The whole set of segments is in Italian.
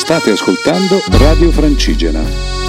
State ascoltando Radio Francigena.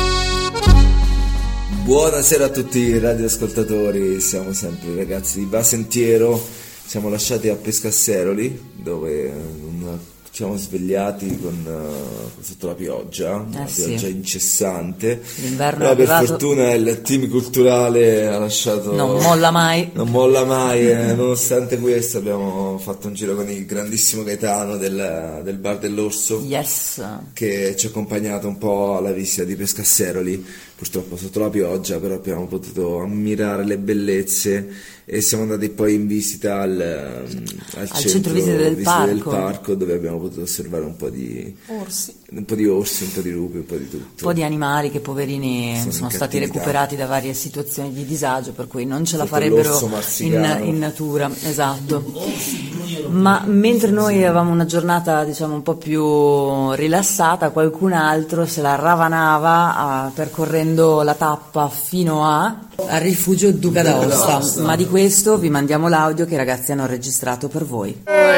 Buonasera a tutti i radioascoltatori, siamo sempre i ragazzi di Basentiero, siamo lasciati a Pescasseroli dove ci siamo svegliati sotto la pioggia, una pioggia incessante. L'inverno però è per arrivato. Fortuna il team culturale ha lasciato... Non molla mai. Non molla mai, nonostante questo abbiamo fatto un giro con il grandissimo Gaetano del Bar dell'Orso, Yes. che ci ha accompagnato un po' alla visita di Pescasseroli, purtroppo sotto la pioggia, però abbiamo potuto ammirare le bellezze e siamo andati poi in visita al centro visite del parco, dove abbiamo potuto osservare un po' di orsi, un po' di lupi, un po' di tutto. Un po' di animali che poverini sono stati recuperati da varie situazioni di disagio, per cui non ce la farebbero in natura, esatto. Ma mentre noi avevamo una giornata diciamo un po' più rilassata, qualcun altro se la ravanava percorrendo la tappa fino al rifugio Duca d'Aosta, ma di questo vi mandiamo l'audio che i ragazzi hanno registrato per voi.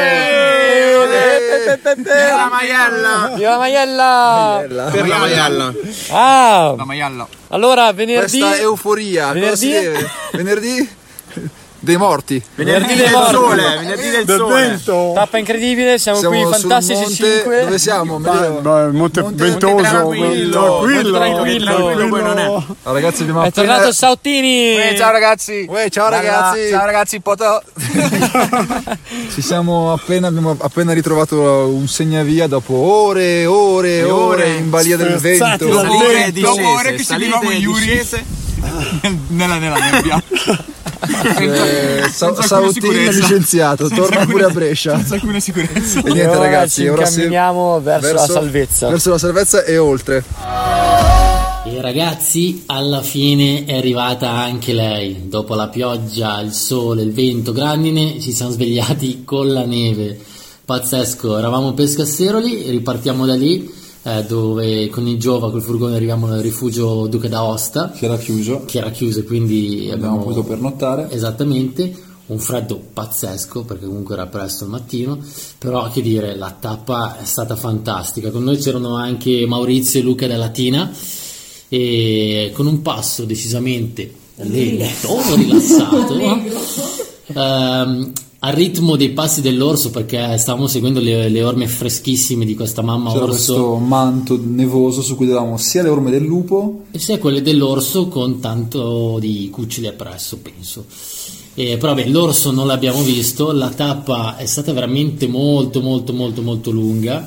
Viva la Maiella! Viva la Maiella! Per la Maiella! Ah! La Maiella! Allora, venerdì... Questa euforia! Venerdì? Cosa si deve? Venerdì? Dei morti! Venerdì del morti. sole! Venerdì del sole! Tappa incredibile, siamo qui, sul Fantastici monte, 5. dove siamo? Monte Ventoso, Tranquillo. Poi non è. Allora, ragazzi, abbiamo È tornato Sautini! Ciao ragazzi! Ciao ragazzi! Ciao ragazzi, poto! Abbiamo appena ritrovato un segnavia dopo ore in balia del vento. Ore che seguivamo Iuri nella nebbia. Sautini licenziato, torna pure a Brescia senza alcuna sicurezza. e niente Ora ragazzi, ci ora incamminiamo verso la salvezza. Verso la salvezza e oltre. E ragazzi, alla fine è arrivata anche lei. Dopo la pioggia, il sole, il vento, grandine, ci siamo svegliati con la neve. Pazzesco, eravamo a Pescasseroli, ripartiamo da lì, dove con il Giova, col furgone, arriviamo al rifugio Duca d'Aosta, Che era chiuso e quindi abbiamo potuto pernottare. Esattamente, un freddo pazzesco perché comunque era presto al mattino, però che dire, la tappa è stata fantastica. Con noi c'erano anche Maurizio e Luca della Latina, e con un passo decisamente lento, rilassato, al ritmo dei passi dell'orso, perché stavamo seguendo le orme freschissime di questa mamma C'era orso, questo manto nevoso su cui vedevamo sia le orme del lupo e sia quelle dell'orso, con tanto di cuccioli appresso, penso. Però beh, l'orso non l'abbiamo visto. La tappa è stata veramente molto lunga,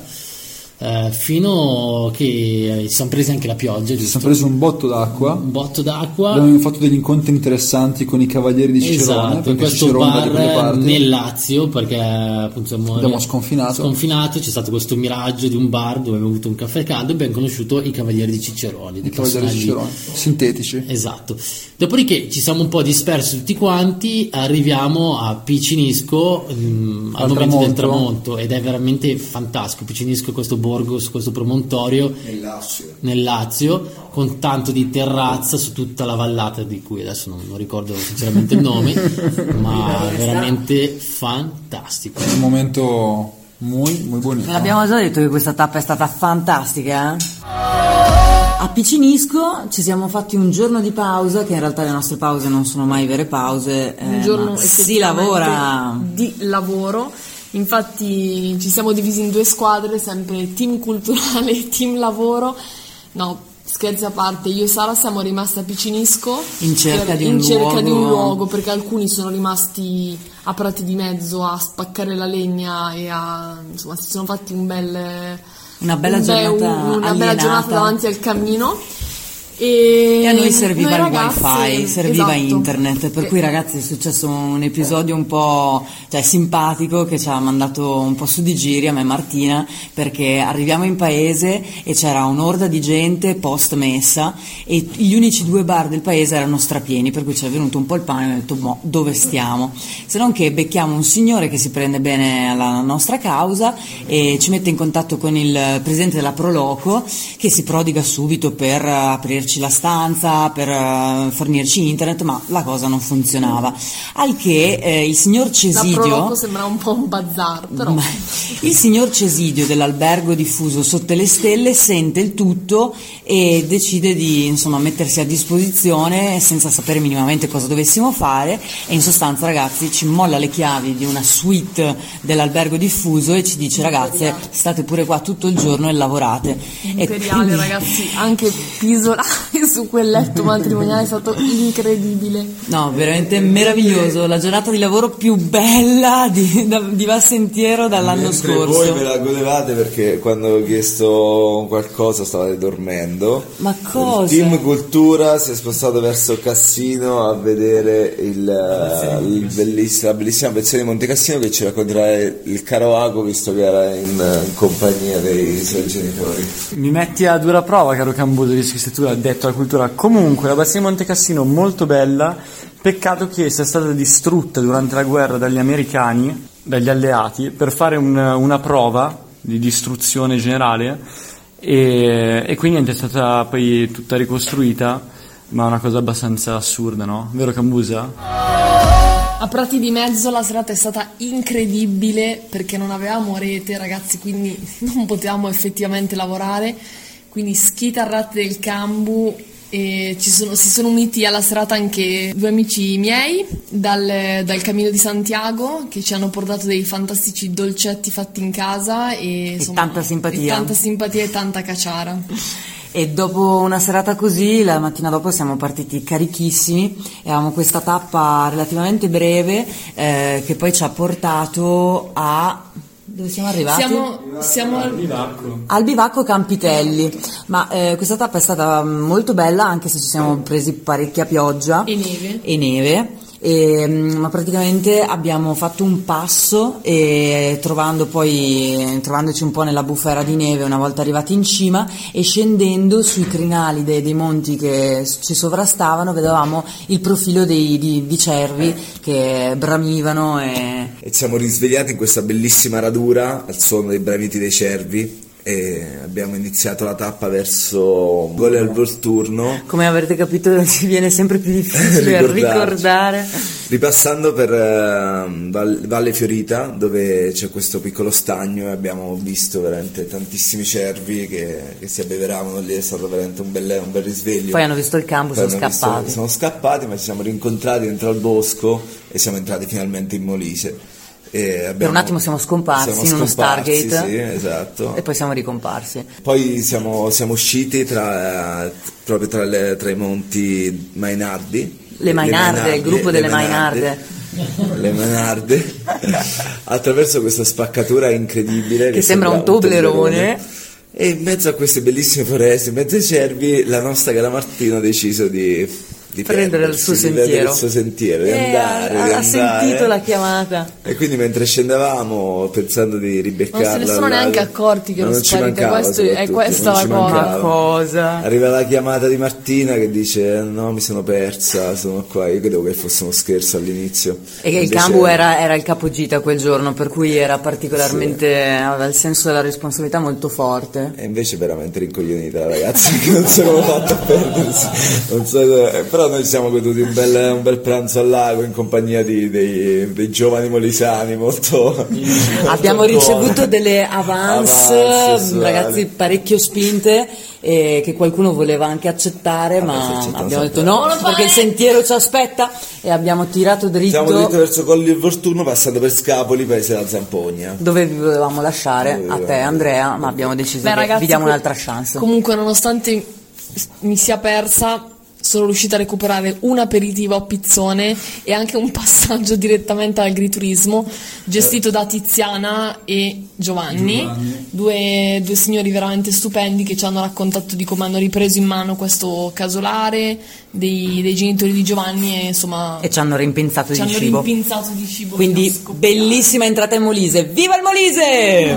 fino che ci siamo presi anche la pioggia, giusto? ci siamo presi un botto d'acqua. Abbiamo fatto degli incontri interessanti con i cavalieri di Cicerone, esatto, in questo bar nel Lazio, perché appunto abbiamo sconfinato. C'è stato questo miraggio di un bar dove abbiamo avuto un caffè caldo e abbiamo conosciuto i cavalieri di Cicerone, sintetici. Esatto. Dopodiché ci siamo un po' dispersi tutti quanti, arriviamo a Picinisco al momento del tramonto, ed è veramente fantastico. Picinisco è questo borgo su questo promontorio nel Lazio, con tanto di terrazza su tutta la vallata, di cui adesso non ricordo sinceramente il nome, ma veramente fantastico. Un momento muy bonito. L'abbiamo già detto che questa tappa è stata fantastica, A Picinisco ci siamo fatti un giorno di pausa, che in realtà le nostre pause non sono mai vere pause, un giorno si lavora di lavoro. Infatti ci siamo divisi in due squadre, sempre team culturale e team lavoro. No, scherzi a parte, io e Sara siamo rimasti a Picinisco in cerca di un luogo, perché alcuni sono rimasti a Prati di Mezzo a spaccare la legna e insomma si sono fatti una bella giornata davanti al cammino. E a noi serviva il wifi, serviva esatto. Internet, per cui ragazzi è successo un episodio un po' simpatico, che ci ha mandato un po' su di giri a me e Martina, perché arriviamo in paese e c'era un'orda di gente post messa e gli unici due bar del paese erano strapieni, per cui ci è venuto un po' il pane e ho detto dove stiamo, se non che becchiamo un signore che si prende bene alla nostra causa e ci mette in contatto con il presidente della Proloco, che si prodiga subito per aprirci cederci la stanza, per fornirci internet, ma la cosa non funzionava. Al che il signor Cesidio... La Proloco sembra un po' un bazar, però... Il signor Cesidio dell'albergo diffuso sotto le stelle sente il tutto e decide di mettersi a disposizione senza sapere minimamente cosa dovessimo fare, e in sostanza, ragazzi, ci molla le chiavi di una suite dell'albergo diffuso e ci dice: ragazze, state pure qua tutto il giorno e lavorate. Imperiale, quindi... ragazzi, anche pisolare su quel letto matrimoniale è stato incredibile. No, veramente meraviglioso, la giornata di lavoro più bella di Bassentiero dall'anno scorso. Voi ve la godevate perché quando ho chiesto qualcosa stavate dormendo. Ma cosa? Il team Cultura si è spostato verso Cassino a vedere la bellissima versione di Monte Cassino, che ci racconterà il caro Ago, visto che era in compagnia dei suoi genitori. Mi metti a dura prova, caro Cambuso, visto che tu l'hai detto alla Cultura. Comunque la Bassina di Monte Cassino molto bella, peccato che sia stata distrutta durante la guerra dagli americani, dagli alleati, per fare una prova di distruzione generale, e quindi è stata poi tutta ricostruita, ma è una cosa abbastanza assurda, no? Vero Cambusa? A Prati di Mezzo la serata è stata incredibile perché non avevamo rete, ragazzi, quindi non potevamo effettivamente lavorare, quindi schitarrate del Cambu, e si sono uniti alla serata anche due amici miei dal Cammino di Santiago, che ci hanno portato dei fantastici dolcetti fatti in casa e tanta simpatia e tanta caciara. E dopo una serata così, la mattina dopo siamo partiti carichissimi e avevamo questa tappa relativamente breve che poi ci ha portato a... Dove siamo arrivati? Siamo al bivacco Campitelli, ma questa tappa è stata molto bella, anche se ci siamo presi parecchia pioggia e neve. Ma praticamente abbiamo fatto un passo e trovandoci un po' nella bufera di neve una volta arrivati in cima, e scendendo sui crinali dei monti che ci sovrastavano vedevamo il profilo di cervi che bramivano e siamo risvegliati in questa bellissima radura al suono dei bramiti dei cervi. E abbiamo iniziato la tappa verso Gole al Volturno. Come avrete capito, ci viene sempre più difficile ricordare. Ripassando per Valle Fiorita, dove c'è questo piccolo stagno, e abbiamo visto veramente tantissimi cervi che si abbeveravano lì. È stato veramente un bel risveglio. Poi hanno visto il campo, sono scappati. Sono scappati, ma ci siamo rincontrati dentro al bosco e siamo entrati finalmente in Molise. Per un attimo siamo scomparsi in uno Stargate, sì, esatto. E poi siamo ricomparsi. Poi siamo usciti proprio tra i monti Mainardi. Le Mainarde, il gruppo delle Mainarde. Le Mainarde attraverso questa spaccatura incredibile che sembra un Toblerone. E in mezzo a queste bellissime foreste, in mezzo ai cervi, la nostra cara Martina ha deciso di prendere il suo sentiero, di andare. Ha sentito la chiamata. E quindi mentre scendevamo, pensando di ribeccarla, non se ne sono neanche accorti che ero sparita. Questa è la cosa. Arriva la chiamata di Martina che dice: no, mi sono persa, sono qua. Io credevo che fosse uno scherzo all'inizio. E che il Cambu era il capogita quel giorno, per cui era particolarmente, aveva il senso della responsabilità molto forte. E invece veramente rincoglionita la ragazza, che non si aveva fatto a perdersi. Però noi ci siamo goduti un bel pranzo al lago in compagnia dei giovani molisani molto abbiamo ricevuto delle avance ragazzi, parecchio spinte, che qualcuno voleva anche accettare, ma abbiamo detto no, perché il sentiero ci aspetta, e abbiamo tirato dritto verso Colli del Volturno, passando per Scapoli, paese della Zampogna, dove vi volevamo lasciare a te, Andrea, ma abbiamo deciso che ragazzi, vi diamo un'altra chance. Comunque, nonostante mi sia persa, sono riuscita a recuperare un aperitivo a Pizzone e anche un passaggio direttamente al agriturismo gestito da Tiziana e Giovanni. Due signori veramente stupendi che ci hanno raccontato di come hanno ripreso in mano questo casolare dei genitori di Giovanni, e insomma, e ci hanno rimpinzato di cibo. Quindi fiasco. Bellissima entrata in Molise, viva il Molise!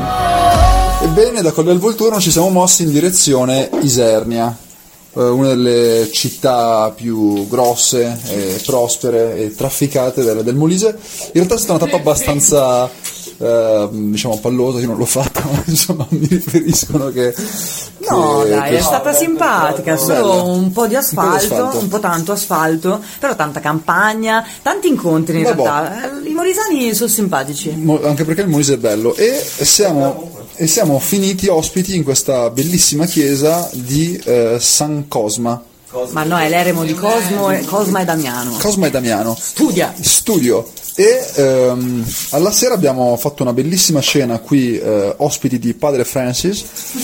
Ebbene, da Colle del Volturno ci siamo mossi in direzione Isernia, una delle città più grosse e prospere e trafficate del Molise. In realtà è stata una tappa abbastanza pallosa. Io non l'ho fatta, ma insomma mi riferiscono che No, dai, è stata simpatica, solo un po' di asfalto, un po' tanto asfalto, però tanta campagna, tanti incontri in realtà. I molisani sono simpatici. Anche perché il Molise è bello e siamo finiti ospiti in questa bellissima chiesa di San Cosma. Ma no, è l'eremo di Cosma e Damiano. Cosma e Damiano. Studio. E alla sera abbiamo fatto una bellissima cena qui, ospiti di Padre Francis,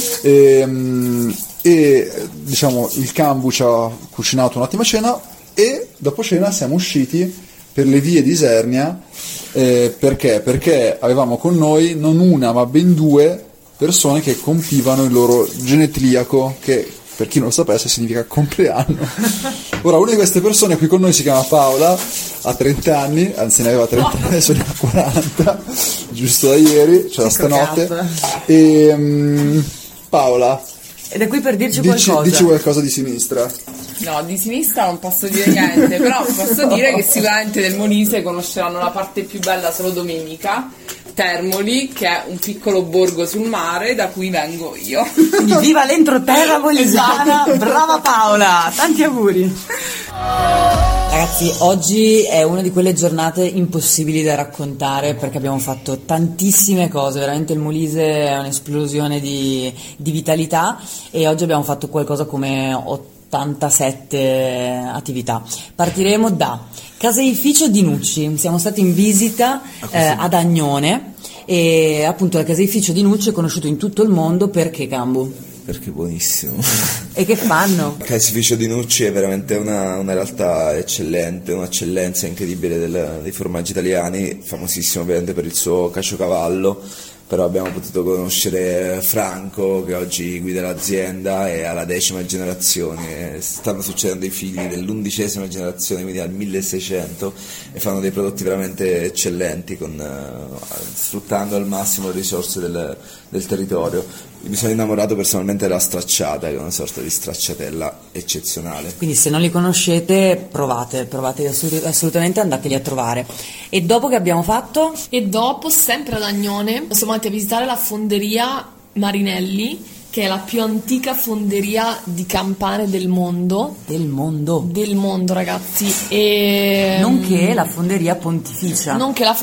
e diciamo il Cambu ci ha cucinato un'ottima cena e dopo cena siamo usciti per le vie di Isernia. Perché avevamo con noi non una ma ben 2 persone che compivano il loro genetliaco, che per chi non lo sapesse significa compleanno. Ora, una di queste persone qui con noi si chiama Paola, ha 30 anni, anzi ne aveva 30 anni, adesso ne ha 40, giusto da ieri, cioè da stanotte. E Paola, ed è qui per dici qualcosa. Dici qualcosa di sinistra. No, di sinistra non posso dire niente, però posso dire che sicuramente del Molise conosceranno la parte più bella solo domenica, Termoli, che è un piccolo borgo sul mare da cui vengo io. Quindi viva l'entroterra molisana, brava Paola, tanti auguri. Ragazzi, oggi è una di quelle giornate impossibili da raccontare perché abbiamo fatto tantissime cose, veramente il Molise è un'esplosione di vitalità e oggi abbiamo fatto qualcosa come 87 attività. Partiremo da caseificio di Nucci, siamo stati in visita ad Agnone e appunto il caseificio di Nucci è conosciuto in tutto il mondo perché, Cambu? Perché è buonissimo. E che fanno? Il caseificio di Nucci è veramente una realtà eccellente, un'eccellenza incredibile dei formaggi italiani, famosissimo ovviamente per il suo caciocavallo, però abbiamo potuto conoscere Franco che oggi guida l'azienda e alla 10ª generazione, stanno succedendo i figli dell'11ª generazione, quindi al 1600, e fanno dei prodotti veramente eccellenti sfruttando al massimo le risorse del territorio. Mi sono innamorato personalmente della stracciata, che è una sorta di stracciatella eccezionale. Quindi se non li conoscete provate assolutamente, andateli a trovare. E dopo che abbiamo fatto? E dopo, sempre ad Agnone, siamo andati a visitare la fonderia Marinelli, che è la più antica fonderia di campane del mondo. Del mondo, ragazzi. E nonché la fonderia pontificia.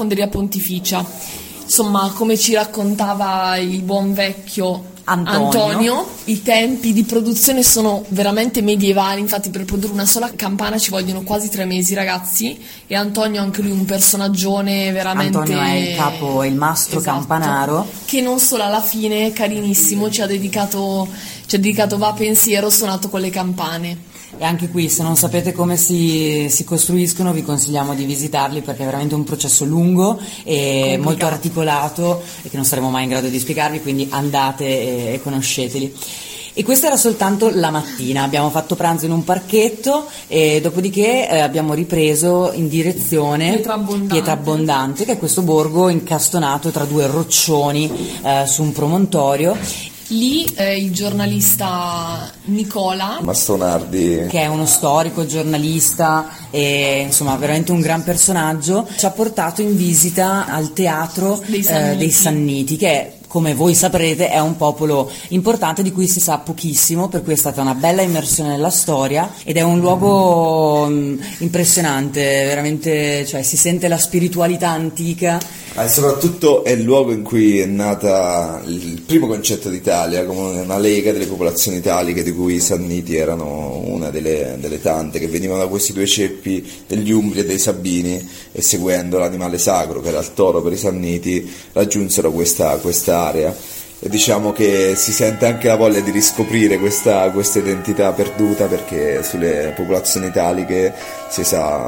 Insomma, come ci raccontava il buon vecchio Antonio, i tempi di produzione sono veramente medievali, infatti per produrre una sola campana ci vogliono quasi 3 mesi, ragazzi, e Antonio anche lui un personaggione veramente... Antonio è il capo, il mastro, esatto, campanaro, che non solo alla fine, carinissimo, ci ha dedicato Va Pensiero suonato con le campane. E anche qui, se non sapete come si costruiscono, vi consigliamo di visitarli perché è veramente un processo lungo e molto articolato e che non saremo mai in grado di spiegarvi, quindi andate e conosceteli. E questa era soltanto la mattina, abbiamo fatto pranzo in un parchetto e dopodiché abbiamo ripreso in direzione Pietrabbondante, che è questo borgo incastonato tra 2 roccioni su un promontorio. Lì il giornalista Nicola Mastonardi, che è uno storico, giornalista e insomma veramente un gran personaggio, ci ha portato in visita al teatro dei Sanniti, che è, come voi saprete, è un popolo importante di cui si sa pochissimo, per cui è stata una bella immersione nella storia ed è un luogo impressionante, veramente, cioè si sente la spiritualità antica. E soprattutto è il luogo in cui è nata il primo concetto d'Italia, come una lega delle popolazioni italiche, di cui i Sanniti erano una delle tante, che venivano da questi 2 ceppi degli Umbri e dei Sabini, e seguendo l'animale sacro che era il toro per i Sanniti raggiunsero questa area. E diciamo che si sente anche la voglia di riscoprire questa identità perduta, perché sulle popolazioni italiche si sa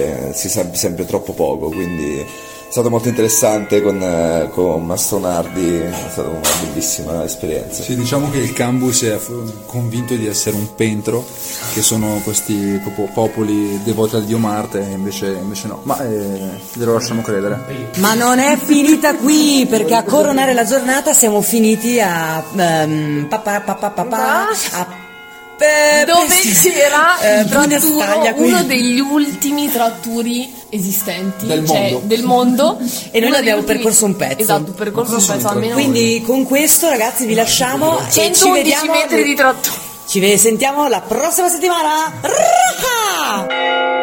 sempre troppo poco, quindi è stato molto interessante con Mastonardi, è stata una bellissima esperienza. Sì, diciamo che il Cambu si è convinto di essere un pentro, che sono questi popoli devoti al dio Marte, e invece no, ma glielo lasciamo credere. Ma non è finita qui, perché a coronare la giornata siamo finiti a dove c'era uno degli ultimi tratturi esistenti del mondo e noi l'abbiamo percorso un pezzo. Esatto, percorso un pezzo almeno. Quindi con questo, ragazzi, vi lasciamo 111 metri di tratturi. Ci sentiamo la prossima settimana.